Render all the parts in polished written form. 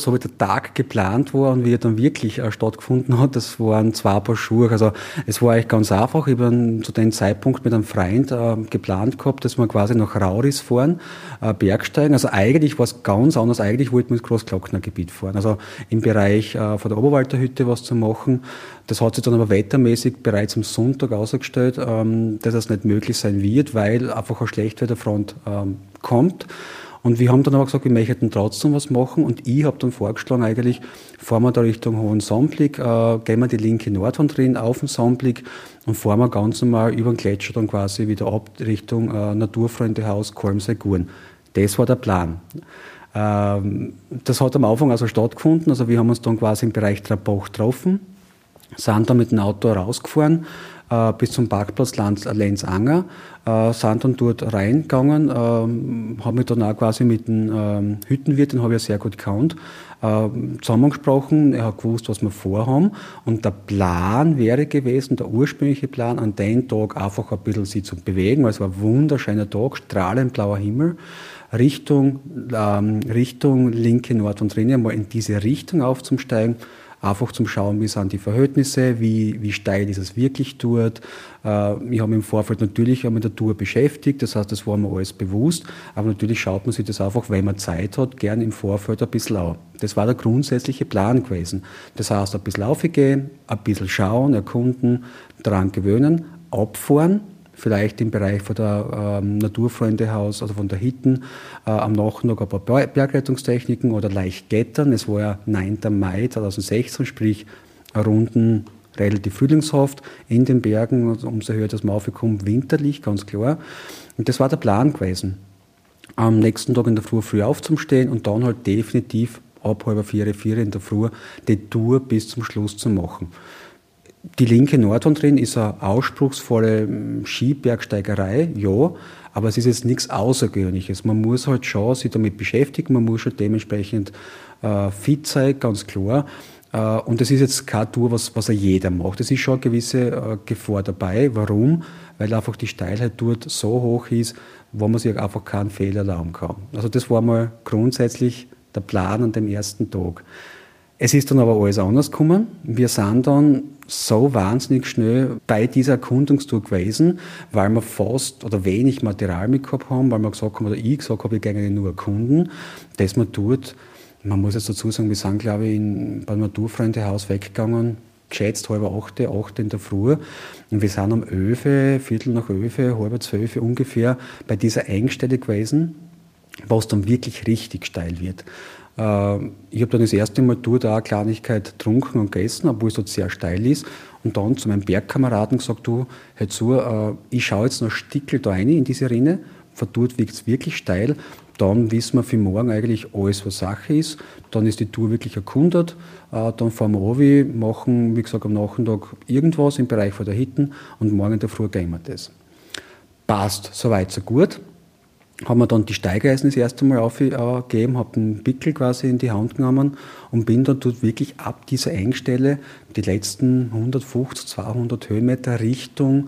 so wie der Tag geplant war und wie er dann wirklich stattgefunden hat, das waren 2 Paar Schuhe. Also es war eigentlich ganz einfach. Ich habe zu dem Zeitpunkt mit einem Freund geplant gehabt, dass wir quasi nach Rauris fahren, Bergsteigen. Also eigentlich war es ganz anders. Eigentlich wollten wir ins Großglocknergebiet fahren. Also im Bereich von der Oberwalder Hütte was zu machen. Das hat sich dann aber wettermäßig bereits am Sonntag ausgestellt, dass das nicht möglich sein wird, weil einfach eine Schlechtwetterfront kommt. Und wir haben dann aber gesagt, wir möchten trotzdem was machen. Und ich habe dann vorgeschlagen, eigentlich fahren wir da Richtung Hohensammblick, gehen wir die linke Nordwand rein auf den Sammblick und fahren wir ganz normal über den Gletscher dann quasi wieder ab Richtung Naturfreundehaus Kolmsee-Gurn. Das war der Plan. Das hat am Anfang also stattgefunden. Also wir haben uns dann quasi im Bereich Trabach getroffen, sind dann mit dem Auto rausgefahren bis zum Parkplatz Lenz-Anger, sind dann dort reingegangen, habe mich dann auch quasi mit dem Hüttenwirt, den habe ich ja sehr gut gekannt, zusammengesprochen. Er hat gewusst, was wir vorhaben, und der Plan wäre gewesen, der ursprüngliche Plan, an den Tag einfach ein bisschen sich zu bewegen, weil es war ein wunderschöner Tag, strahlend blauer Himmel, Richtung linke Nordwand rein, mal in diese Richtung aufzusteigen, einfach zum Schauen, wie sind die Verhältnisse, wie steil ist es wirklich dort. Ich habe mich im Vorfeld natürlich auch mit der Tour beschäftigt, das heißt, das war mir alles bewusst, aber natürlich schaut man sich das einfach, wenn man Zeit hat, gern im Vorfeld ein bisschen an. Das war der grundsätzliche Plan gewesen. Das heißt, ein bisschen aufgehen, ein bisschen schauen, erkunden, daran gewöhnen, abfahren, vielleicht im Bereich von der Naturfreundehaus, also von der Hitten, am Nachmittag ein paar Bergrettungstechniken oder leicht klettern. Es war ja 9. Mai 2016, sprich Runden relativ frühlingshaft in den Bergen, also umso höher das man aufkommt, winterlich, ganz klar. Und das war der Plan gewesen. Am nächsten Tag in der Früh aufzustehen und dann halt definitiv ab 3:30, 4 in der Früh die Tour bis zum Schluss zu machen. Die linke Nordwand drin ist eine ausspruchsvolle Skibergsteigerei, ja, aber es ist jetzt nichts Außergewöhnliches. Man muss halt schon sich damit beschäftigen, man muss schon dementsprechend fit sein, ganz klar. Und es ist jetzt keine Tour, was jeder macht. Es ist schon eine gewisse Gefahr dabei. Warum? Weil einfach die Steilheit dort so hoch ist, wo man sich einfach keinen Fehler erlauben kann. Also das war mal grundsätzlich der Plan an dem ersten Tag. Es ist dann aber alles anders gekommen. Wir sind dann so wahnsinnig schnell bei dieser Erkundungstour gewesen, weil wir fast oder wenig Material mitgehabt haben, weil wir gesagt haben, oder ich gesagt habe, ich gehe nur erkunden, dass man tut. Man muss jetzt dazu sagen, wir sind, glaube ich, beim Naturfreundehaus weggegangen, geschätzt 7:30, 8 in der Früh. Und wir sind um 11, Viertel nach 11, 11:30 ungefähr bei dieser Engstelle gewesen, wo es dann wirklich richtig steil wird. Ich habe dann das erste Mal dort auch eine Kleinigkeit getrunken und gegessen, obwohl es dort sehr steil ist. Und dann zu meinem Bergkameraden gesagt, du, hör zu, ich schaue jetzt noch ein Stückchen da rein in diese Rinne, von dort wird es wirklich steil. Dann wissen wir für morgen eigentlich alles, was Sache ist. Dann ist die Tour wirklich erkundet. Dann fahren wir runter, machen, wie gesagt, am Nachmittag irgendwas im Bereich von der Hitten und morgen in der Früh gehen wir das. Passt, soweit, so gut. Haben wir dann die Steigeisen das erste Mal aufgegeben, habe den Pickel quasi in die Hand genommen und bin dann dort wirklich ab dieser Engstelle die letzten 150, 200 Höhenmeter Richtung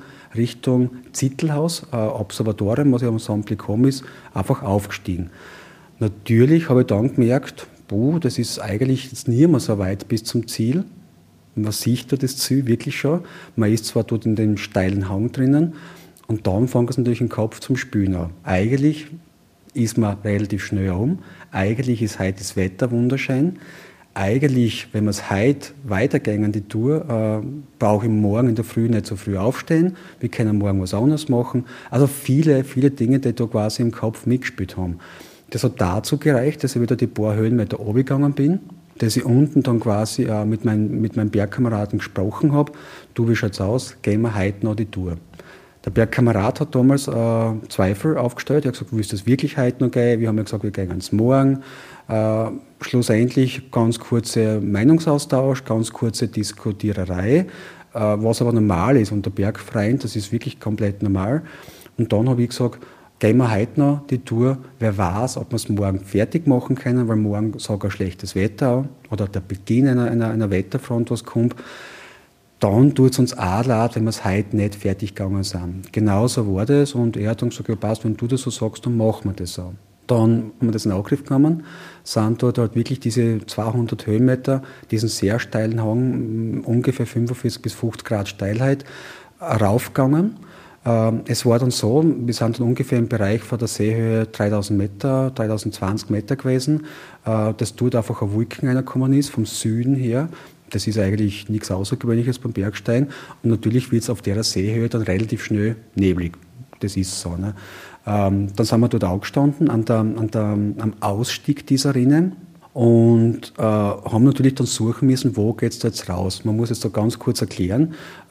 Zittelhaus, Observatorium, was ja am Sammblick gekommen ist, einfach aufgestiegen. Natürlich habe ich dann gemerkt, das ist eigentlich jetzt nie mehr so weit bis zum Ziel. Man sieht da das Ziel wirklich schon. Man ist zwar dort in dem steilen Hang drinnen, und dann fängt es natürlich im Kopf zum Spülen an. Eigentlich ist man relativ schnell um. Eigentlich ist heute das Wetter wunderschön. Eigentlich, wenn wir es heute weitergehen an die Tour, brauche ich morgen in der Früh nicht so früh aufstehen. Wir können morgen was anderes machen. Also viele, viele Dinge, die da quasi im Kopf mitgespielt haben. Das hat dazu gereicht, dass ich wieder die paar Höhenmeter runtergegangen bin, dass ich unten dann quasi mit meinem Bergkameraden gesprochen habe. Du, wie schaut's aus? Gehen wir heute noch die Tour. Der Bergkamerad hat damals Zweifel aufgestellt. Er hat gesagt, willst du das wirklich heute noch gehen? Wir haben ja gesagt, wir gehen ganz morgen. Schlussendlich ganz kurzer Meinungsaustausch, ganz kurze Diskutiererei, was aber normal ist. Und der Bergfreund, das ist wirklich komplett normal. Und dann habe ich gesagt, gehen wir heute noch die Tour. Wer weiß, ob wir es morgen fertig machen können, weil morgen sagt ein schlechtes Wetter an oder der Beginn einer Wetterfront, was kommt. Dann tut es uns auch leid, wenn wir es heute nicht fertig gegangen sind. Genauso war das und er hat dann gesagt, ja passt, wenn du das so sagst, dann machen wir das so. Dann haben wir das in Angriff genommen, sind dort halt wirklich diese 200 Höhenmeter, diesen sehr steilen Hang, ungefähr 45 bis 50 Grad Steilheit, raufgegangen. Es war dann so, wir sind dann ungefähr im Bereich von der Seehöhe 3000 Meter, 3020 Meter gewesen, dass dort einfach ein Wolken reingekommen ist, vom Süden her. Das ist eigentlich nichts Außergewöhnliches beim Bergsteigen. Und natürlich wird es auf der Seehöhe dann relativ schnell neblig. Das ist so. Ne? Dann sind wir dort aufgestanden am Ausstieg dieser Rinne und haben natürlich dann suchen müssen, wo geht es da jetzt raus. Man muss es da ganz kurz erklären.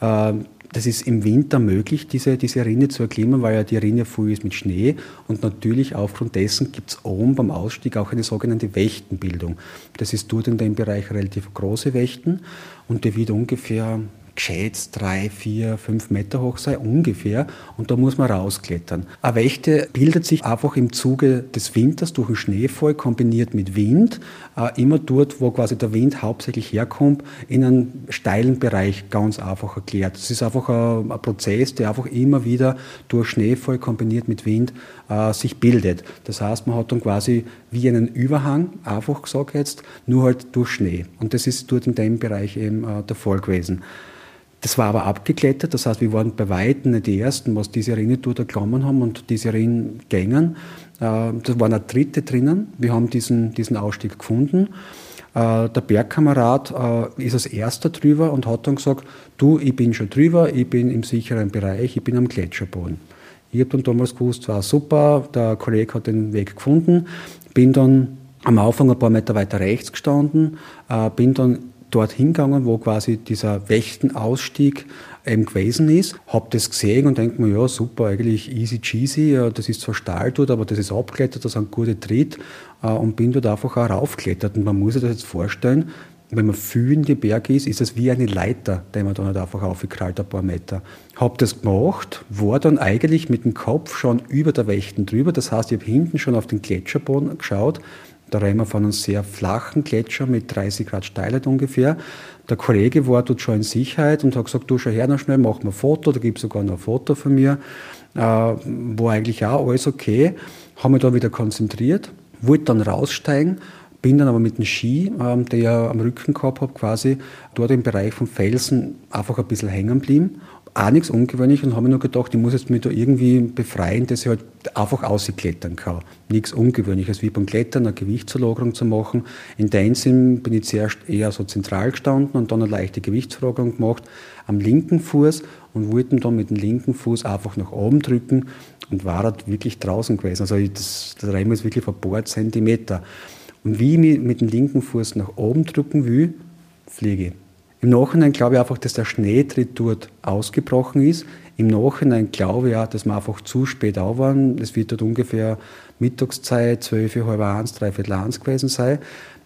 Das ist im Winter möglich, diese Rinne zu erklimmen, weil ja die Rinne voll ist mit Schnee. Und natürlich aufgrund dessen gibt es oben beim Ausstieg auch eine sogenannte Wächtenbildung. Das ist dort in dem Bereich relativ große Wächten und die wird ungefähr geschätzt 3, 4, 5 Meter hoch sein, ungefähr. Und da muss man rausklettern. Eine Wächte bildet sich einfach im Zuge des Winters durch den Schneefall kombiniert mit Wind, immer dort, wo quasi der Wind hauptsächlich herkommt, in einen steilen Bereich, ganz einfach erklärt. Das ist einfach ein Prozess, der einfach immer wieder durch Schneefall kombiniert mit Wind sich bildet. Das heißt, man hat dann quasi wie einen Überhang, einfach gesagt jetzt, nur halt durch Schnee. Und das ist dort in dem Bereich eben der Fall gewesen. Das war aber abgeklettert, das heißt, wir waren bei Weitem nicht die Ersten, was diese Rinne dort erklommen haben und diese Rinne gängen. Da waren auch Dritte drinnen. Wir haben diesen Ausstieg gefunden. Der Bergkamerad ist als Erster drüber und hat dann gesagt, du, ich bin schon drüber, ich bin im sicheren Bereich, ich bin am Gletscherboden. Ich habe dann damals gewusst, war super, der Kollege hat den Weg gefunden, bin dann am Anfang ein paar Meter weiter rechts gestanden, bin dann dorthin gegangen, wo quasi dieser Wächtenausstieg eben gewesen ist, habe das gesehen und denke mir, ja super, eigentlich easy cheesy, das ist zwar Stahl dort, aber das ist abgeklettert, das sind gute Tritt und bin dort einfach auch raufgeklettert. Und man muss sich das jetzt vorstellen, wenn man viel in die Berge ist, ist das wie eine Leiter, die man dann halt einfach aufgekrallt, ein paar Meter. Habe das gemacht, war dann eigentlich mit dem Kopf schon über der Wächten drüber, das heißt, ich habe hinten schon auf den Gletscherboden geschaut. Da reden wir von einem sehr flachen Gletscher mit 30 Grad Steilheit ungefähr. Der Kollege war dort schon in Sicherheit und hat gesagt, du schau her noch schnell, mach mal ein Foto. Da gibt es sogar noch ein Foto von mir. War eigentlich auch alles okay. Habe mich da wieder konzentriert, wollte dann raussteigen, bin dann aber mit dem Ski, der ich am Rücken gehabt habe, quasi dort im Bereich vom Felsen einfach ein bisschen hängen geblieben. Auch nichts Ungewöhnliches und habe mir nur gedacht, ich muss jetzt mich da irgendwie befreien, dass ich halt einfach ausklettern kann. Nichts Ungewöhnliches, wie beim Klettern, eine Gewichtsverlagerung zu machen. In dem Sinn bin ich zuerst eher so zentral gestanden und dann eine leichte Gewichtsverlagerung gemacht am linken Fuß und wollte dann mit dem linken Fuß einfach nach oben drücken und war halt wirklich draußen gewesen. Also das Reim ist wirklich ein paar Zentimeter. Und wie ich mich mit dem linken Fuß nach oben drücken will, fliege ich. Im Nachhinein glaube ich einfach, dass der Schneetritt dort ausgebrochen ist. Im Nachhinein glaube ich auch, dass wir einfach zu spät da waren. Es wird dort ungefähr Mittagszeit, 12, halb 1, 3/4 gewesen sein.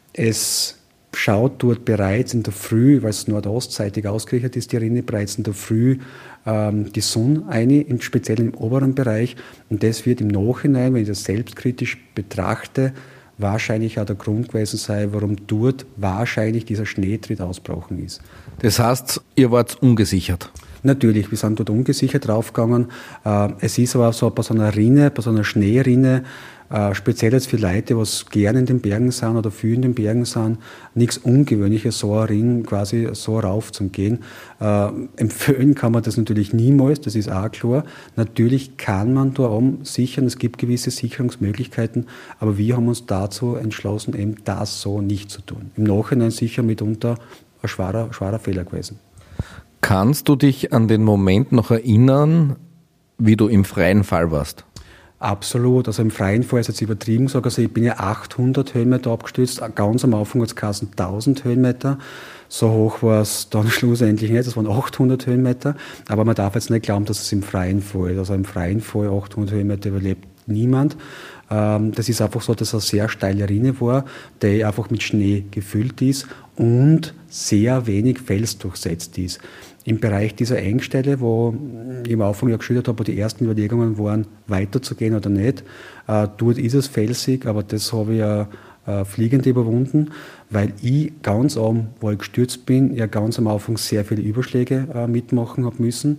Es schaut dort bereits in der Früh, weil es nordostseitig ausgerichtet ist, die Rinne, bereits in der Früh die Sonne ein, speziell im oberen Bereich. Und das wird im Nachhinein, wenn ich das selbstkritisch betrachte, wahrscheinlich auch der Grund gewesen sein, warum dort wahrscheinlich dieser Schneetritt ausgebrochen ist. Das heißt, ihr wart ungesichert? Natürlich, wir sind dort ungesichert draufgegangen. Es ist aber auch so bei so einer Rinne, bei so einer Schneerinne, speziell jetzt für Leute, die gerne in den Bergen sind oder viel in den Bergen sind, nichts Ungewöhnliches, so eine Rinne quasi so rauf zu gehen. Empfehlen kann man das natürlich niemals, das ist auch klar. Natürlich kann man da oben sichern, es gibt gewisse Sicherungsmöglichkeiten, aber wir haben uns dazu entschlossen, eben das so nicht zu tun. Im Nachhinein sicher mitunter ein schwerer Fehler gewesen. Kannst du dich an den Moment noch erinnern, wie du im freien Fall warst? Absolut, also im freien Fall ist jetzt übertrieben gesagt, also ich bin ja 800 Höhenmeter abgestürzt, ganz am Anfang hat es geheißen 1000 Höhenmeter, so hoch war es dann schlussendlich nicht, das waren 800 Höhenmeter, aber man darf jetzt nicht glauben, dass es im freien Fall ist, also im freien Fall 800 Höhenmeter überlebt niemand. Das ist einfach so, dass es eine sehr steile Rinne war, die einfach mit Schnee gefüllt ist und sehr wenig felsdurchsetzt ist. Im Bereich dieser Engstelle, wo ich am Anfang ja geschildert habe, wo die ersten Überlegungen waren, weiterzugehen oder nicht, dort ist es felsig, aber das habe ich ja fliegend überwunden, weil ich ganz oben, wo ich gestürzt bin, ja ganz am Anfang sehr viele Überschläge mitmachen habe müssen.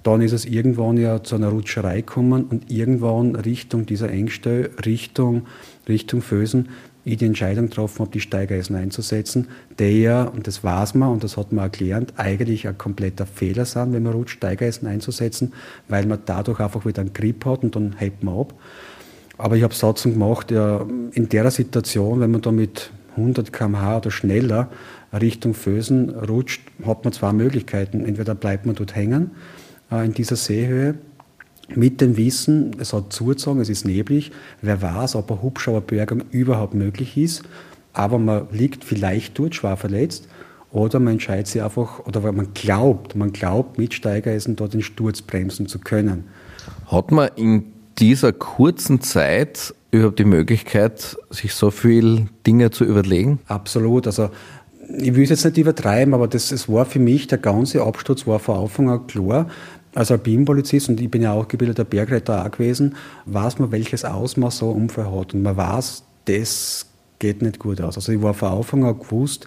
Dann ist es irgendwann ja zu einer Rutscherei gekommen und irgendwann Richtung dieser Engstelle, Richtung Vösen, ich die Entscheidung getroffen habe, die Steigeisen einzusetzen, die ja, und das weiß man und das hat man auch gelernt, eigentlich ein kompletter Fehler sind, wenn man rutscht, Steigeisen einzusetzen, weil man dadurch einfach wieder einen Grip hat und dann hebt man ab. Aber ich habe Satzung gemacht, ja, in der Situation, wenn man da mit 100 km/h oder schneller Richtung Vösen rutscht, hat man zwei Möglichkeiten. Entweder bleibt man dort hängen, in dieser Seehöhe, mit dem Wissen, es hat zugezogen, es ist neblig, wer weiß, ob eine Hubschrauberbergung überhaupt möglich ist, aber man liegt vielleicht dort schwer verletzt, oder man entscheidet sich einfach, oder man glaubt, mit Steigeisen dort den Sturz bremsen zu können. Hat man in dieser kurzen Zeit überhaupt die Möglichkeit, sich so viele Dinge zu überlegen? Absolut, also ich will es jetzt nicht übertreiben, aber es war für mich, der ganze Absturz war von Anfang an klar. Als Alpinpolizist, und ich bin ja auch gebildeter Bergretter auch gewesen, weiß man, welches Ausmaß so ein Unfall hat. Und man weiß, das geht nicht gut aus. Also ich war von Anfang an gewusst,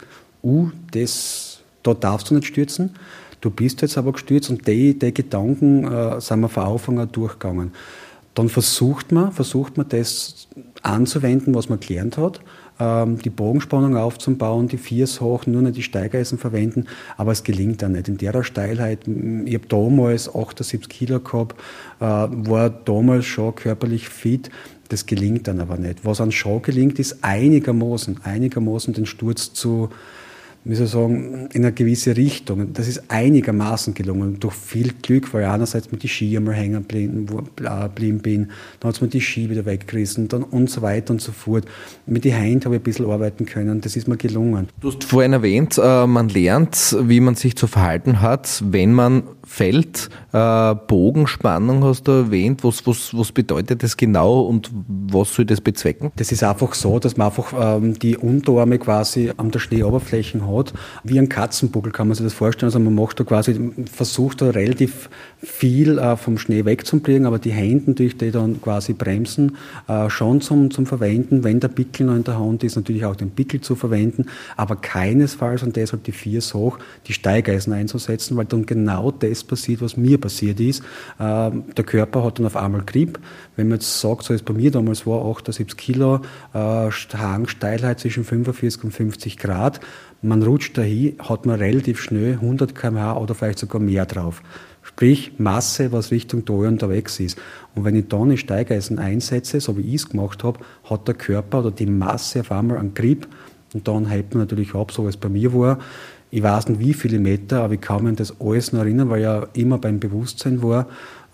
da darfst du nicht stürzen. Du bist jetzt aber gestürzt und die Gedanken sind wir von Anfang an durchgegangen. Dann versucht man das anzuwenden, was man gelernt hat, die Bogenspannung aufzubauen, die Viers hoch, nur nicht die Steigeisen verwenden, aber es gelingt dann nicht. In der Steilheit, ich habe damals 78 Kilo gehabt, war damals schon körperlich fit, das gelingt dann aber nicht. Was an schon gelingt, ist einigermaßen den Sturz zu, wie soll ich sagen, in eine gewisse Richtung. Das ist einigermaßen gelungen, durch viel Glück, weil ich einerseits mit den Ski einmal hängen geblieben bin, dann hat es mir die Ski wieder weggerissen, dann und so weiter und so fort. Mit den Händen habe ich ein bisschen arbeiten können, das ist mir gelungen. Du hast vorhin erwähnt, man lernt, wie man sich zu verhalten hat, wenn man fällt. Bogenspannung hast du erwähnt. Was bedeutet das genau und was soll das bezwecken? Das ist einfach so, dass man einfach die Unterarme quasi an der Schneeoberfläche hat. Wie ein Katzenbuckel kann man sich das vorstellen. Also man macht da quasi, versucht da relativ viel vom Schnee wegzubringen, aber die Hände, durch die dann quasi bremsen, schon zum Verwenden. Wenn der Pickel noch in der Hand ist, natürlich auch den Pickel zu verwenden, aber keinesfalls, und deshalb die Viers hoch, die Steigeisen einzusetzen, weil dann genau das passiert, was mir passiert ist. Der Körper hat dann auf einmal Grip. Wenn man jetzt sagt, so es bei mir damals war, 78 Kilo, Hangsteilheit zwischen 45 und 50 Grad, man rutscht dahin, hat man relativ schnell 100 km/h oder vielleicht sogar mehr drauf. Sprich, Masse, was Richtung Tal unterwegs ist. Und wenn ich dann die Steigeisen einsetze, so wie ich es gemacht habe, hat der Körper oder die Masse auf einmal einen Grip und dann hebt man natürlich ab, so wie es bei mir war. Ich weiß nicht, wie viele Meter, aber ich kann mich an das alles noch erinnern, weil ich ja immer beim Bewusstsein war.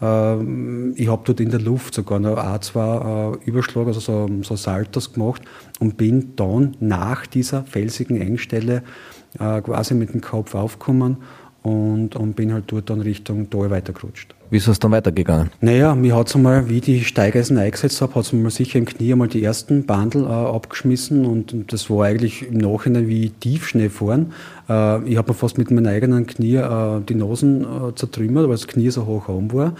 Ich habe dort in der Luft sogar noch ein-zwei Überschlag, also so Saltos gemacht und bin dann nach dieser felsigen Engstelle quasi mit dem Kopf aufgekommen und bin halt dort dann Richtung Tal weitergerutscht. Wie ist es dann weitergegangen? Naja, mir hat es einmal, wie ich die Steigeisen eingesetzt habe, hat es mir sicher im Knie einmal die ersten Bandel abgeschmissen und das war eigentlich im Nachhinein wie Tiefschnee fahren. Ich habe mir fast mit meinen eigenen Knie die Nasen zertrümmert, weil das Knie so hoch oben war.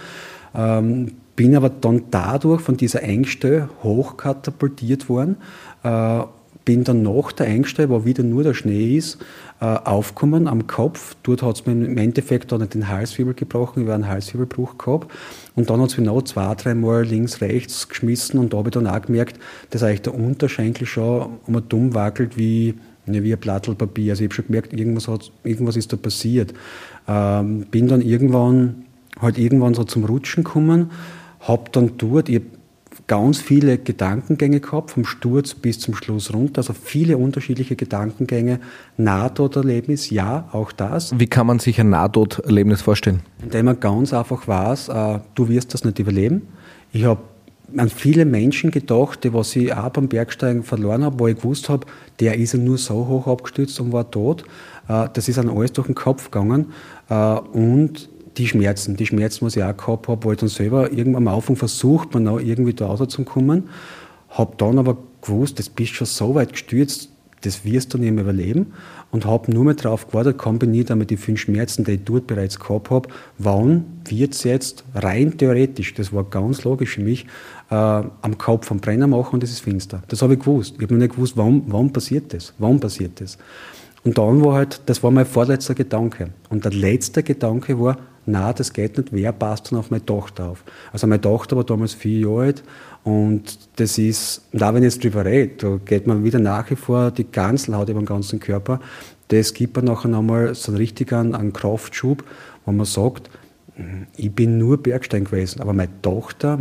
Bin aber dann dadurch von dieser Engstelle hochkatapultiert worden. Bin dann nach der Engstelle, wo wieder nur der Schnee ist, aufgekommen am Kopf. Dort hat es mir im Endeffekt dann nicht den Halswirbel gebrochen, ich habe einen Halswirbelbruch gehabt. Und dann hat es mir noch 2-3 Mal links, rechts geschmissen und da habe ich dann auch gemerkt, dass eigentlich der Unterschenkel schon einmal dumm wackelt wie ein Blattl Papier. Also ich habe schon gemerkt, irgendwas ist da passiert. Bin dann irgendwann so zum Rutschen gekommen, habe dann dort, ich ganz viele Gedankengänge gehabt, vom Sturz bis zum Schluss runter, also viele unterschiedliche Gedankengänge. Nahtoderlebnis, ja, auch das. Wie kann man sich ein Nahtoderlebnis vorstellen? Indem man ganz einfach weiß, du wirst das nicht überleben. Ich habe an viele Menschen gedacht, die was ich auch beim Bergsteigen verloren habe, wo ich gewusst habe, der ist ja nur so hoch abgestürzt und war tot. Das ist dann alles durch den Kopf gegangen und die Schmerzen, was ich auch gehabt habe, wo ich dann selber irgendwann am Anfang versucht, man auch irgendwie da rauszukommen, habe dann aber gewusst, das bist schon so weit gestürzt, das wirst du nicht mehr überleben und habe nur mehr darauf gewartet, kombiniert damit die 5 Schmerzen, die ich dort bereits gehabt habe, wann wird es jetzt rein theoretisch, das war ganz logisch für mich, am Kopf am Brenner machen und es ist finster. Das habe ich gewusst. Ich habe noch nicht gewusst, wann passiert das. Und dann war halt, das war mein vorletzter Gedanke. Und der letzte Gedanke war, na, das geht nicht, wer passt dann auf meine Tochter auf? Also meine Tochter war damals 4 Jahre alt und das ist, da wenn ich jetzt drüber rede, da geht man wieder nach wie vor die Ganselhaut über den ganzen Körper. Das gibt mir nachher nochmal so einen richtigen Kraftschub, wo man sagt, ich bin nur Bergstein gewesen, aber meine Tochter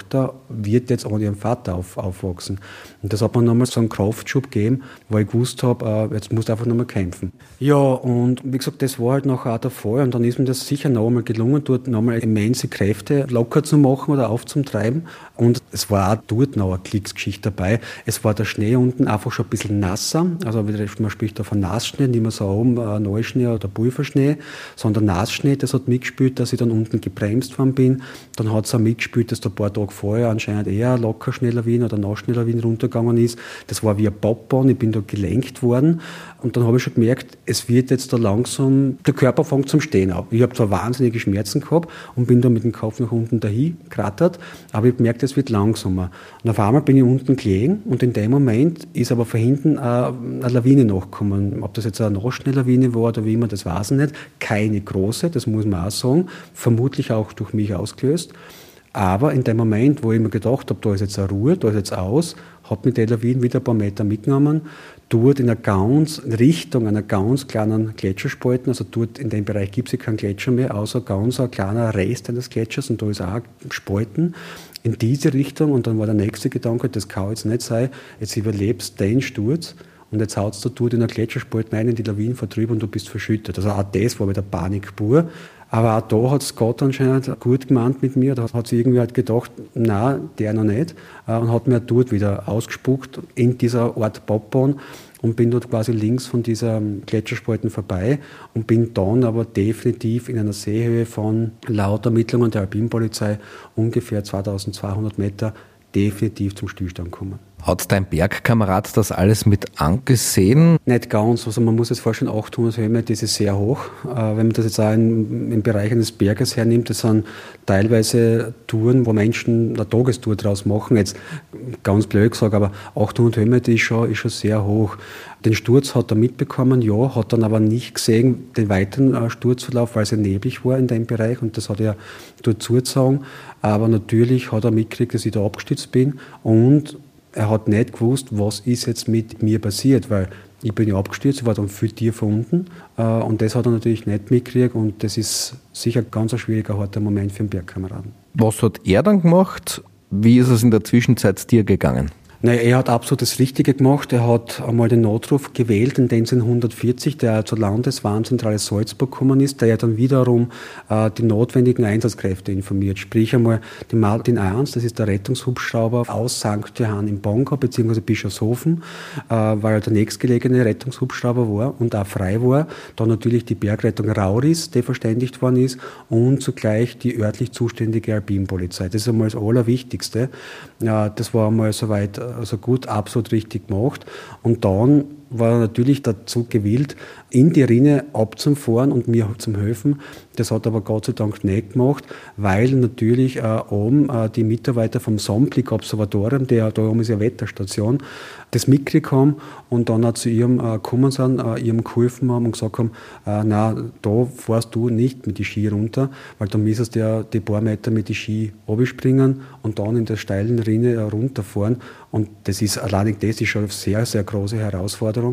wird jetzt ohne ihren Vater aufwachsen. Und das hat mir nochmal so einen Kraftschub gegeben, weil ich gewusst habe, jetzt musst du einfach nochmal kämpfen. Ja, und wie gesagt, das war halt nachher auch der Fall. Und dann ist mir das sicher noch einmal gelungen, dort nochmal immense Kräfte locker zu machen oder aufzutreiben. Und es war auch dort noch eine Klicksgeschichte dabei. Es war der Schnee unten einfach schon ein bisschen nasser. Also man spricht da von Nassschnee, nicht mehr so oben Neuschnee oder Pulverschnee, sondern Nassschnee. Das hat mitgespielt, dass ich dann unten gebremst worden bin. Dann hat es auch mitgespielt, dass da ein paar Tage vorher anscheinend eher locker Schnelllawine oder Nassschnelllawine runtergegangen ist. Das war wie ein Bobbahn, ich bin da gelenkt worden. Und dann habe ich schon gemerkt, es wird jetzt da langsam, der Körper fängt zum Stehen auf. Ich habe zwar wahnsinnige Schmerzen gehabt und bin da mit dem Kopf nach unten dahin gerattert, aber ich habe gemerkt, es wird langsamer. Und auf einmal bin ich unten gelegen und in dem Moment ist aber von hinten eine Lawine nachgekommen. Ob das jetzt eine Nassschnelllawine war oder wie immer, das weiß ich nicht. Keine große, das muss man auch sagen. Vermutlich auch durch mich ausgelöst. Aber in dem Moment, wo ich mir gedacht habe, da ist jetzt eine Ruhe, da ist jetzt aus, hat mich die Lawine wieder ein paar Meter mitgenommen, dort in Richtung einer ganz kleinen Gletscherspalten, also dort in dem Bereich gibt es ja keinen Gletscher mehr, außer ganz ein kleiner Rest eines Gletschers und da ist auch Spalten in diese Richtung und dann war der nächste Gedanke, das kann jetzt nicht sein, jetzt überlebst du den Sturz und jetzt haust du dort in eine Gletscherspalten rein, in die Lawine vertrübt und du bist verschüttet. Also auch das war wieder Panik pur. Aber auch da hat es Gott anscheinend gut gemeint mit mir. Da hat sie irgendwie halt gedacht, na, der noch nicht. Und hat mir dort wieder ausgespuckt in dieser Art Bobbahn und bin dort quasi links von dieser Gletscherspalten vorbei und bin dann aber definitiv in einer Seehöhe von laut Ermittlungen der Alpinpolizei ungefähr 2200 Meter definitiv zum Stillstand gekommen. Hat dein Bergkamerad das alles mit angesehen? Nicht ganz. Also man muss jetzt vorstellen, 800 Höhen, das ist sehr hoch. Wenn man das jetzt auch im Bereich eines Berges hernimmt, das sind teilweise Touren, wo Menschen eine Tagestour draus machen. Jetzt ganz blöd gesagt, aber 800 Höhen, das ist schon sehr hoch. Den Sturz hat er mitbekommen, ja, hat dann aber nicht gesehen, den weiteren Sturzverlauf, weil es ja neblig war in dem Bereich und das hat er dort zugezogen. Aber natürlich hat er mitgekriegt, dass ich da abgestürzt bin und er hat nicht gewusst, was ist jetzt mit mir passiert, weil ich bin ja abgestürzt, ich war dann viel tiefer unten und das hat er natürlich nicht mitgekriegt und das ist sicher ganz ein schwieriger, harter Moment für einen Bergkameraden. Was hat er dann gemacht? Wie ist es in der Zwischenzeit dir gegangen? Naja, er hat absolut das Richtige gemacht. Er hat einmal den Notruf gewählt, in den 140, der zur Landeswarnzentrale Salzburg gekommen ist, der ja dann wiederum die notwendigen Einsatzkräfte informiert. Sprich einmal den Martin 1, das ist der Rettungshubschrauber aus St. Johann im Bongau bzw. Bischofshofen, weil er der nächstgelegene Rettungshubschrauber war und auch frei war. Dann natürlich die Bergrettung Rauris, die verständigt worden ist und zugleich die örtlich zuständige Alpinpolizei. Das ist einmal das Allerwichtigste. Ja, das war einmal soweit also gut, absolut richtig gemacht. Und dann war er natürlich dazu gewillt, in die Rinne abzufahren und mir zum helfen. Das hat aber Gott sei Dank nicht gemacht, weil natürlich oben die Mitarbeiter vom Sonnenblick-Observatorium, da oben ist ja Wetterstation, das mitgekriegt haben und dann auch zu ihrem gekommen sind, ihrem geholfen haben und gesagt haben, na, da fährst du nicht mit die Ski runter, weil dann müsstest du ja die paar Meter mit die Ski runterspringen und dann in der steilen Rinne runterfahren. Und das ist schon eine sehr, sehr große Herausforderung.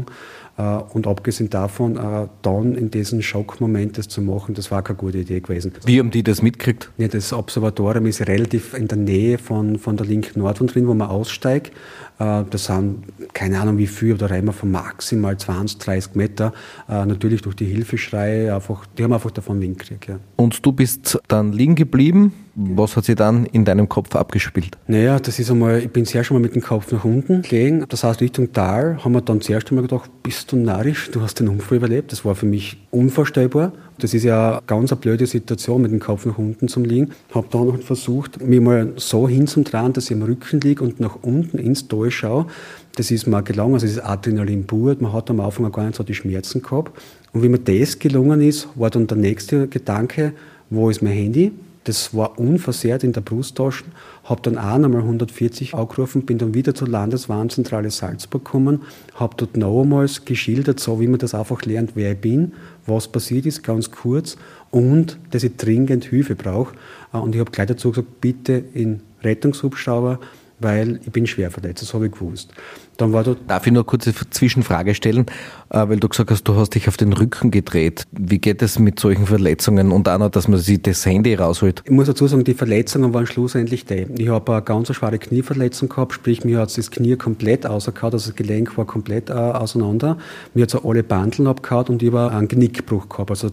Und abgesehen davon, dann in diesem Schockmoment das zu machen, das war keine gute Idee gewesen. Wie haben die das mitgekriegt? Ja, das Observatorium ist relativ in der Nähe von der linken Nordwand drin, wo man aussteigt. Das sind, keine Ahnung wie viel, da reden wir von maximal 20, 30 Meter. Natürlich durch die Hilfeschreie, die haben einfach davon Wind gekriegt. Ja. Und du bist dann liegen geblieben. Was hat sich dann in deinem Kopf abgespielt? Naja, das ist einmal, ich bin zuerst einmal mit dem Kopf nach unten gelegen. Das heißt, Richtung Tal haben wir dann zuerst einmal gedacht, bist du narrisch, du hast den Unfall überlebt. Das war für mich unvorstellbar. Das ist ja ganz eine blöde Situation, mit dem Kopf nach unten zu liegen. Habe dann noch versucht, mich mal so hinzudrehen, dass ich am Rücken liege und nach unten ins Tal schaue. Das ist mir gelungen, also es ist Adrenalin pur. Man hat am Anfang gar nicht so die Schmerzen gehabt. Und wie mir das gelungen ist, war dann der nächste Gedanke, wo ist mein Handy? Das war unversehrt in der Brusttasche, habe dann auch nochmal 140 angerufen, bin dann wieder zur Landeswarnzentrale Salzburg gekommen, habe dort nochmals geschildert, so wie man das einfach lernt, wer ich bin, was passiert ist, ganz kurz, und dass ich dringend Hilfe brauche. Und ich habe gleich dazu gesagt, bitte in Rettungshubschrauber, weil ich bin schwer verletzt, das habe ich gewusst. Dann war dort. Darf ich nur eine kurze Zwischenfrage stellen, weil du gesagt hast, du hast dich auf den Rücken gedreht. Wie geht es mit solchen Verletzungen und auch noch, dass man sich das Handy rausholt? Ich muss dazu sagen, die Verletzungen waren schlussendlich die. Ich habe eine ganz schwere Knieverletzung gehabt, sprich mir hat das Knie komplett rausgehauen, also das Gelenk war komplett auseinander. Mir hat so alle Bandeln abgehauen und ich habe einen Genickbruch gehabt, also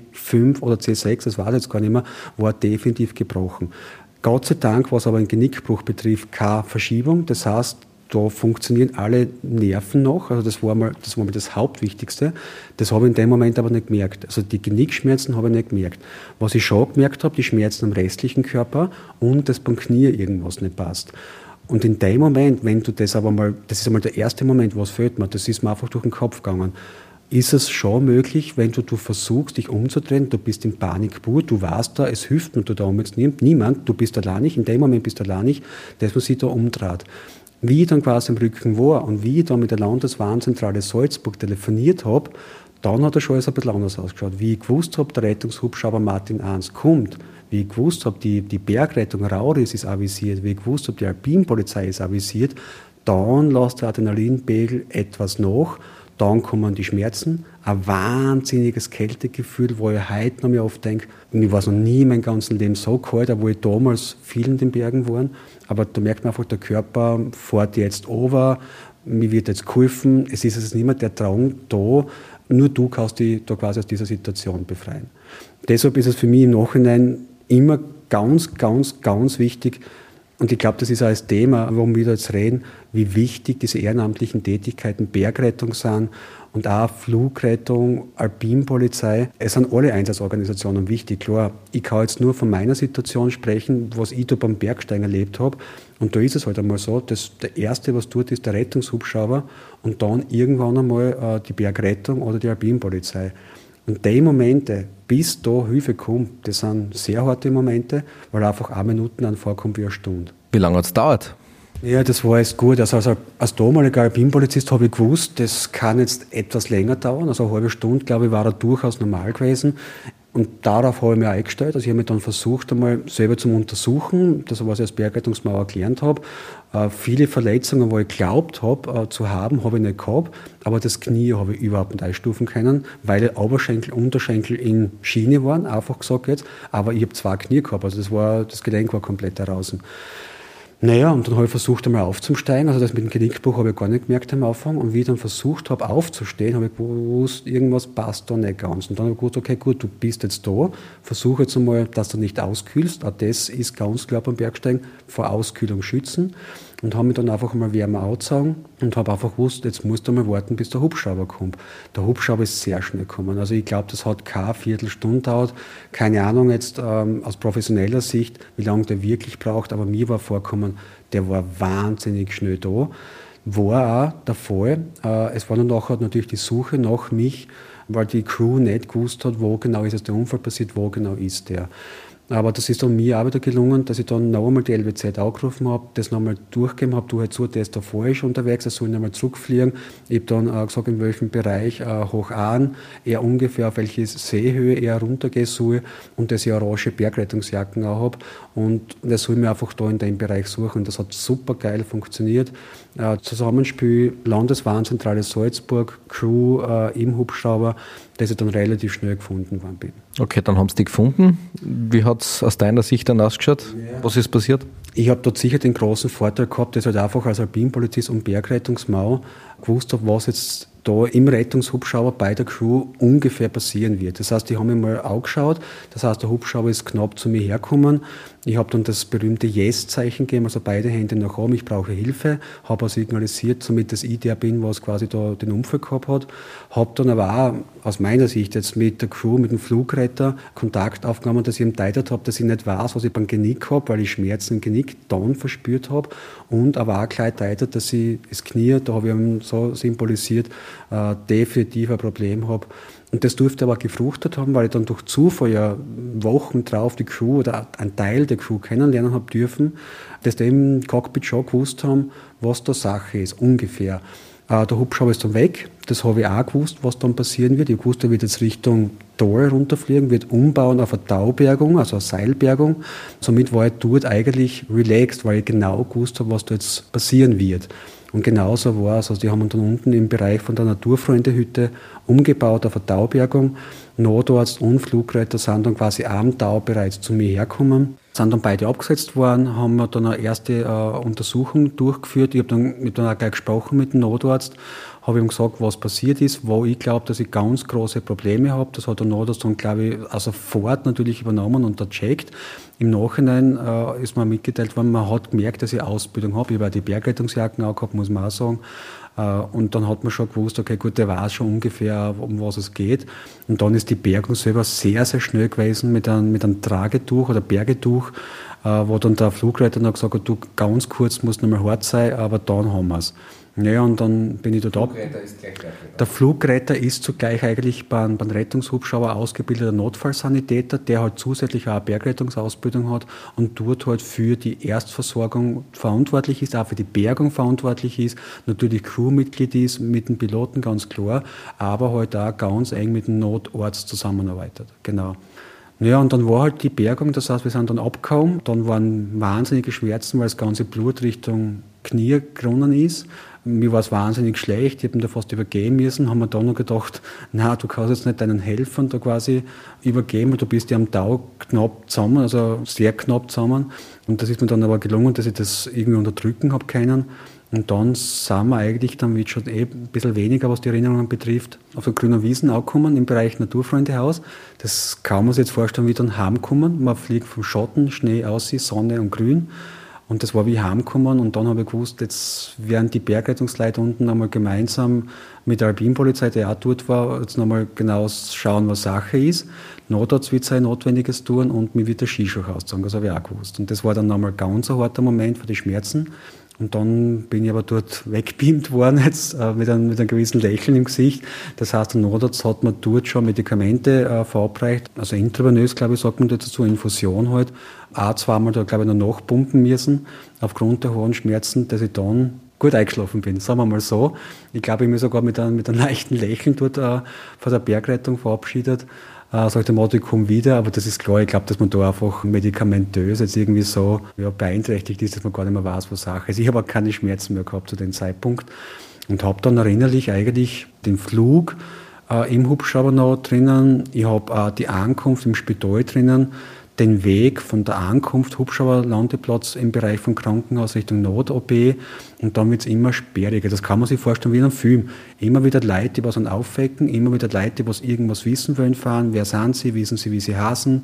C5 oder C6, das weiß ich jetzt gar nicht mehr, war definitiv gebrochen. Gott sei Dank, was aber einen Genickbruch betrifft, keine Verschiebung. Das heißt, da funktionieren alle Nerven noch. Also das war mal das Hauptwichtigste. Das habe ich in dem Moment aber nicht gemerkt. Also die Genickschmerzen habe ich nicht gemerkt. Was ich schon gemerkt habe, die Schmerzen am restlichen Körper und dass beim Knie irgendwas nicht passt. Und in dem Moment, wenn du das aber mal, das ist einmal der erste Moment, was fehlt mir, das ist mir einfach durch den Kopf gegangen. Ist es schon möglich, wenn du versuchst, dich umzudrehen, du bist in Panik pur, du weißt da, es hilft mir da jetzt niemand, du bist alleinig, in dem Moment bist du alleinig, dass man sich da umdreht. Wie ich dann quasi im Rücken war und wie ich dann mit der Landeswarnzentrale Salzburg telefoniert habe, dann hat er schon ein bisschen anders ausgeschaut. Wie ich gewusst habe, der Rettungshubschrauber Martin 1 kommt, wie ich gewusst habe, die Bergrettung Rauris ist avisiert, wie ich gewusst habe, die Alpinpolizei ist avisiert, dann lässt der Adrenalinpegel etwas nach. Dann kommen die Schmerzen, ein wahnsinniges Kältegefühl, wo ich heute noch mir oft denke, ich war noch nie in meinem ganzen Leben so kalt, obwohl ich damals viel in den Bergen war. Aber da merkt man einfach, der Körper fährt jetzt over, mir wird jetzt geholfen, es ist jetzt nicht mehr der Drang da, nur du kannst dich da quasi aus dieser Situation befreien. Deshalb ist es für mich im Nachhinein immer ganz, ganz, ganz wichtig, und ich glaube, das ist auch das Thema, warum wir da jetzt reden, wie wichtig diese ehrenamtlichen Tätigkeiten Bergrettung sind und auch Flugrettung, Alpinpolizei. Es sind alle Einsatzorganisationen wichtig. Klar, ich kann jetzt nur von meiner Situation sprechen, was ich da beim Bergsteigen erlebt habe. Und da ist es halt einmal so, dass der Erste, was tut, ist der Rettungshubschrauber und dann irgendwann einmal die Bergrettung oder die Alpinpolizei. Und die Momente, bis da Hilfe kommt, das sind sehr harte Momente, weil einfach 1 Minute dann vorkommt wie eine Stunde. Wie lange hat es gedauert? Ja, das war jetzt gut. Also als damaliger Alpinpolizist habe ich gewusst, das kann jetzt etwas länger dauern. Also eine halbe Stunde, glaube ich, war da durchaus normal gewesen. Und darauf habe ich mich auch eingestellt. Also ich habe mich dann versucht, einmal selber zu untersuchen, das, was ich als Bergrettungsmauer gelernt habe. Viele Verletzungen, wo ich geglaubt habe zu haben, habe ich nicht gehabt. Aber das Knie habe ich überhaupt nicht einstufen können, weil Oberschenkel, Unterschenkel in Schiene waren, einfach gesagt jetzt. Aber ich habe 2 Knie gehabt, also das Gelenk war komplett heraus. Naja, und dann habe ich versucht, einmal aufzusteigen. Also das mit dem Genickbruch habe ich gar nicht gemerkt am Anfang. Und wie ich dann versucht habe, aufzustehen, habe ich gewusst, irgendwas passt da nicht ganz. Und dann habe ich gewusst, okay, gut, du bist jetzt da. Versuche jetzt einmal, dass du nicht auskühlst. Auch das ist ganz klar beim Bergsteigen, vor Auskühlung schützen. Und habe mich dann einfach mal wärmer angezogen und habe einfach gewusst, jetzt musst du mal warten, bis der Hubschrauber kommt. Der Hubschrauber ist sehr schnell gekommen. Also ich glaube, das hat keine Viertelstunde gedauert. Keine Ahnung jetzt aus professioneller Sicht, wie lange der wirklich braucht, aber mir war vorgekommen, der war wahnsinnig schnell da. War auch der Fall. Es war dann nachher natürlich die Suche nach mich, weil die Crew nicht gewusst hat, wo genau ist der Unfall passiert, wo genau ist der. Aber das ist dann mir auch wieder gelungen, dass ich dann noch einmal die LWZ angerufen habe, das noch einmal durchgegeben habe, du, halt so, der ist da falsch unterwegs, er soll nicht einmal zurückfliegen. Ich habe dann gesagt, in welchem Bereich hoch an, er ungefähr auf welche Seehöhe er runtergehen soll und dass ich orange Bergrettungsjacken auch habe. Und er soll mir einfach da in dem Bereich suchen. Das hat super geil funktioniert. Zusammenspiel Landeswarnzentrale Salzburg, Crew im Hubschrauber, dass ich dann relativ schnell gefunden worden bin. Okay, dann haben sie die gefunden. Wie hat es aus deiner Sicht dann ausgeschaut? Ja. Was ist passiert? Ich habe dort sicher den großen Vorteil gehabt, dass ich halt einfach als Alpinpolizist und Bergrettungsmau gewusst habe, was jetzt da im Rettungshubschrauber bei der Crew ungefähr passieren wird. Das heißt, ich habe mir mal angeschaut, das heißt, der Hubschrauber ist knapp zu mir hergekommen. Ich habe dann das berühmte Yes-Zeichen gegeben, also beide Hände nach oben, ich brauche Hilfe, habe auch signalisiert, somit dass ich der bin, was quasi da den Unfall gehabt hat. Habe dann aber auch aus meiner Sicht jetzt mit der Crew, mit dem Flugretter Kontakt aufgenommen, dass ich ihm geteilt habe, dass ich nicht weiß, was ich beim Genick habe, weil ich Schmerzen im Genick dann verspürt habe und aber auch gleich geteilt, dass ich das Knie, da habe ich ihm so symbolisiert, definitiv ein Problem habe. Und das durfte aber gefruchtet haben, weil ich dann durch Zufall ja Wochen drauf die Crew oder einen Teil der Crew kennenlernen habe dürfen, dass die im Cockpit schon gewusst haben, was da Sache ist, ungefähr. Der Hubschrauber ist dann weg, das habe ich auch gewusst, was dann passieren wird. Ich wusste, er wird jetzt Richtung Tal runterfliegen, wird umbauen auf eine Taubergung, also eine Seilbergung. Somit war ich dort eigentlich relaxed, weil ich genau gewusst habe, was da jetzt passieren wird. Und genauso war es. Also die haben dann unten im Bereich von der Naturfreundehütte umgebaut auf eine Taubergung. Notarzt und Flugretter sind dann quasi am Tau bereits zu mir hergekommen. Sind dann beide abgesetzt worden, haben wir dann eine erste Untersuchung durchgeführt. Ich habe dann auch gleich gesprochen mit dem Notarzt, habe ihm gesagt, was passiert ist, wo ich glaube, dass ich ganz große Probleme habe. Das hat der Notarzt dann, glaube ich, also sofort natürlich übernommen und gecheckt. Im Nachhinein ist mir mitgeteilt worden, man hat gemerkt, dass ich Ausbildung habe. Ich habe auch die Bergrettungsjacken auch gehabt, muss man auch sagen. Und dann hat man schon gewusst, okay, gut, der weiß schon ungefähr, um was es geht. Und dann ist die Bergung selber sehr, sehr schnell gewesen mit einem Tragetuch oder Bergetuch, wo dann der Flugleiter noch gesagt hat, du, ganz kurz musst noch mal hart sein, aber dann haben wir es. Ja, und dann bin ich dort ab. Der Flugretter ist zugleich eigentlich beim Rettungshubschrauber ausgebildeter Notfallsanitäter, der halt zusätzlich auch eine Bergrettungsausbildung hat und dort halt für die Erstversorgung verantwortlich ist, auch für die Bergung verantwortlich ist, natürlich Crewmitglied ist, mit dem Piloten ganz klar, aber halt auch ganz eng mit dem Notarzt zusammenarbeitet. Genau. Ja, und dann war halt die Bergung, das heißt, wir sind dann abgehauen, dann waren wahnsinnige Schmerzen, weil das ganze Blut Richtung Knie gerunnen ist. Mir war es wahnsinnig schlecht, ich habe ihn da fast übergeben müssen, haben wir dann noch gedacht, na, du kannst jetzt nicht deinen Helfern da quasi übergeben, weil du bist ja am Tau knapp zusammen, also sehr knapp zusammen. Und das ist mir dann aber gelungen, dass ich das irgendwie unterdrücken habe können. Und dann sind wir eigentlich, dann wird schon ein bisschen weniger, was die Erinnerungen betrifft, auf der grünen Wiesen angekommen, im Bereich Naturfreundehaus. Das kann man sich jetzt vorstellen, wie dann heimkommen. Man fliegt vom Schatten, Schnee aus, Sonne und Grün. Und das war wie heimkommen. Und dann habe ich gewusst, jetzt werden die Bergrettungsleute unten einmal gemeinsam mit der Alpinpolizei, der auch dort war, jetzt nochmal genau schauen, was Sache ist. Notarzt wird sein Notwendiges tun und mir wird der Skischuh auszogen. Das habe ich auch gewusst. Und das war dann nochmal ganz ein harter Moment für die Schmerzen. Und dann bin ich aber dort wegbeamt worden, jetzt mit einem gewissen Lächeln im Gesicht. Das heißt, der Notarzt hat mir dort schon Medikamente verabreicht, also intravenös, glaube ich, sagt man dazu, Infusion halt. Auch zweimal da, glaube ich, noch nachpumpen müssen, aufgrund der hohen Schmerzen, dass ich dann gut eingeschlafen bin, sagen wir mal so. Ich glaube, ich bin sogar mit einem leichten Lächeln dort von der Bergrettung verabschiedet. Sag ich dem Motto, ich komme wieder, aber das ist klar, ich glaube, dass man da einfach medikamentös jetzt irgendwie so beeinträchtigt ist, dass man gar nicht mehr weiß, was Sache ist. Ich habe auch keine Schmerzen mehr gehabt zu dem Zeitpunkt und habe dann erinnerlich eigentlich den Flug im Hubschrauber noch drinnen, ich habe die Ankunft im Spital drinnen, den Weg von der Ankunft, Hubschrauberlandeplatz im Bereich vom Krankenhaus Richtung Not-OP und dann wird es immer sperriger. Das kann man sich vorstellen wie in einem Film. Immer wieder Leute, die was aufwecken, immer wieder Leute, die was irgendwas wissen wollen, fahren. Wer sind sie? Wissen sie, wie sie heißen?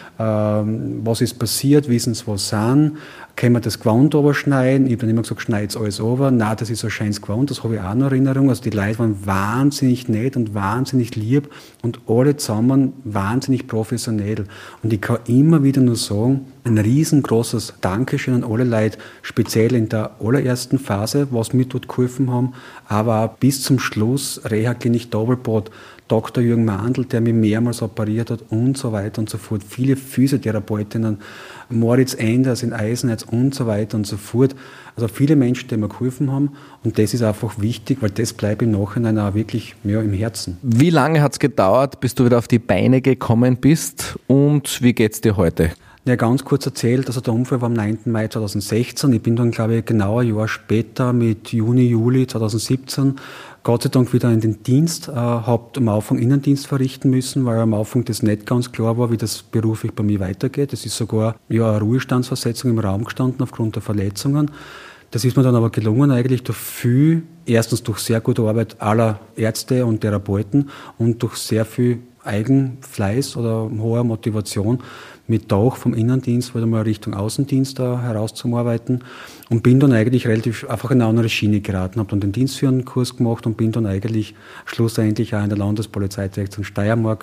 Was ist passiert? Wissen sie, was sind? Können wir das Gewand überschneiden? Ich habe dann immer gesagt, schneid's alles over. Nein, das ist ein schönes Gewand, das habe ich auch noch in Erinnerung. Also die Leute waren wahnsinnig nett und wahnsinnig lieb und alle zusammen wahnsinnig professionell. Und ich kann immer wieder nur sagen, ein riesengroßes Dankeschön an alle Leute, speziell in der allerersten Phase, was mir dort geholfen haben, aber auch bis zum Schluss, Reha-Klinik Doppelbad, Dr. Jürgen Mandl, der mich mehrmals operiert hat und so weiter und so fort. Viele Physiotherapeutinnen, Moritz Enders in Eisenherz und so weiter und so fort. Also viele Menschen, die mir geholfen haben und das ist einfach wichtig, weil das bleibt im Nachhinein auch wirklich im Herzen. Wie lange hat es gedauert, bis du wieder auf die Beine gekommen bist und wie geht's dir heute? Ja, ganz kurz erzählt, also der Unfall war am 9. Mai 2016. Ich bin dann, glaube ich, genau ein Jahr später mit Juni, Juli 2017 Gott sei Dank wieder in den Dienst, habe am Anfang Innendienst verrichten müssen, weil am Anfang das nicht ganz klar war, wie das beruflich bei mir weitergeht. Es ist sogar eine Ruhestandsversetzung im Raum gestanden aufgrund der Verletzungen. Das ist mir dann aber gelungen eigentlich erstens durch sehr gute Arbeit aller Ärzte und Therapeuten und durch sehr viel Eigenfleiß oder hoher Motivation mit auch vom Innendienst wieder mal Richtung Außendienst herauszuarbeiten und bin dann eigentlich relativ einfach in eine andere Schiene geraten, habe dann den Dienstführerkurs gemacht und bin dann eigentlich schlussendlich auch in der Landespolizeidirektion Steiermark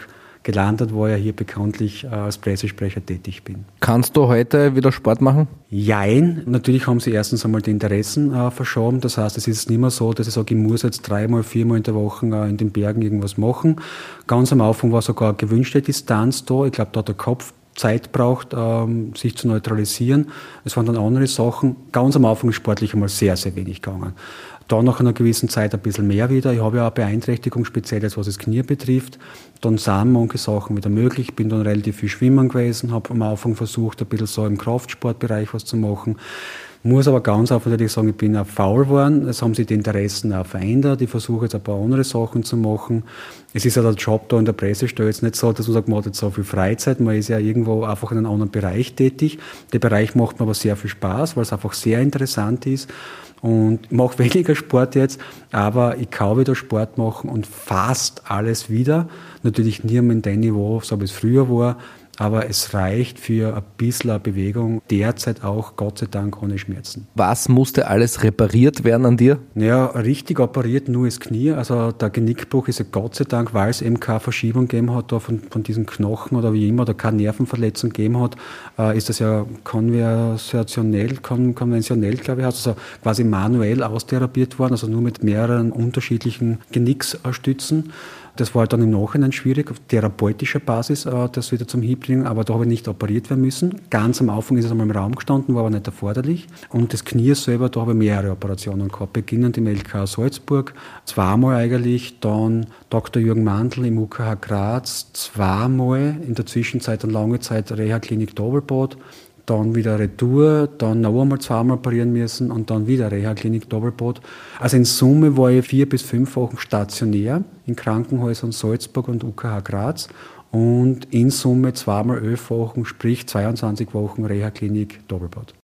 gelandet, wo ich ja hier bekanntlich als Pressesprecher tätig bin. Kannst du heute wieder Sport machen? Jein. Natürlich haben sie erstens einmal die Interessen verschoben. Das heißt, es ist nicht mehr so, dass ich sage, ich muss jetzt 3-mal, 4-mal in der Woche in den Bergen irgendwas machen. Ganz am Anfang war sogar eine gewünschte Distanz da. Ich glaube, da hat der Kopf Zeit braucht, sich zu neutralisieren. Es waren dann andere Sachen. Ganz am Anfang ist sportlich einmal sehr, sehr wenig gegangen. Dann nach einer gewissen Zeit ein bisschen mehr wieder. Ich habe ja auch Beeinträchtigung, speziell jetzt was das Knie betrifft. Dann sind manche Sachen wieder möglich. Ich bin dann relativ viel schwimmen gewesen, habe am Anfang versucht, ein bisschen so im Kraftsportbereich was zu machen. Muss aber ganz einfach natürlich sagen, ich bin auch faul geworden. Es haben sich die Interessen auch verändert. Ich versuche jetzt ein paar andere Sachen zu machen. Es ist ja der Job da in der Pressestelle jetzt nicht so, dass man sagt, man hat jetzt so viel Freizeit. Man ist ja irgendwo einfach in einem anderen Bereich tätig. Der Bereich macht mir aber sehr viel Spaß, weil es einfach sehr interessant ist. Und ich mache weniger Sport jetzt, aber ich kann wieder Sport machen und fast alles wieder. Natürlich nie mehr in dem Niveau, so wie es früher war. Aber es reicht für ein bisschen Bewegung, derzeit auch, Gott sei Dank, ohne Schmerzen. Was musste alles repariert werden an dir? Ja, richtig operiert nur das Knie. Also der Genickbruch ist ja Gott sei Dank, weil es eben keine Verschiebung gegeben hat da von diesen Knochen oder wie immer, oder keine Nervenverletzung gegeben hat, ist das ja konventionell, glaube ich, also quasi manuell austherapiert worden, also nur mit mehreren unterschiedlichen Genicksstützen. Das war halt dann im Nachhinein schwierig, auf therapeutischer Basis das wieder zum Hieb bringen, aber da habe ich nicht operiert werden müssen. Ganz am Anfang ist es einmal im Raum gestanden, war aber nicht erforderlich. Und das Knie selber, da habe ich mehrere Operationen gehabt, beginnend im LK Salzburg, 2-mal eigentlich, dann Dr. Jürgen Mandl im UKH Graz, 2-mal, in der Zwischenzeit eine lange Zeit Reha-Klinik Doppelbad, dann wieder Retour, dann noch einmal 2-mal operieren müssen und dann wieder Reha-Klinik Doppelbad. Also in Summe war ich 4 bis 5 Wochen stationär in Krankenhäusern Salzburg und UKH Graz und in Summe 2-mal 11 Wochen, sprich 22 Wochen Reha-Klinik Doppelbad.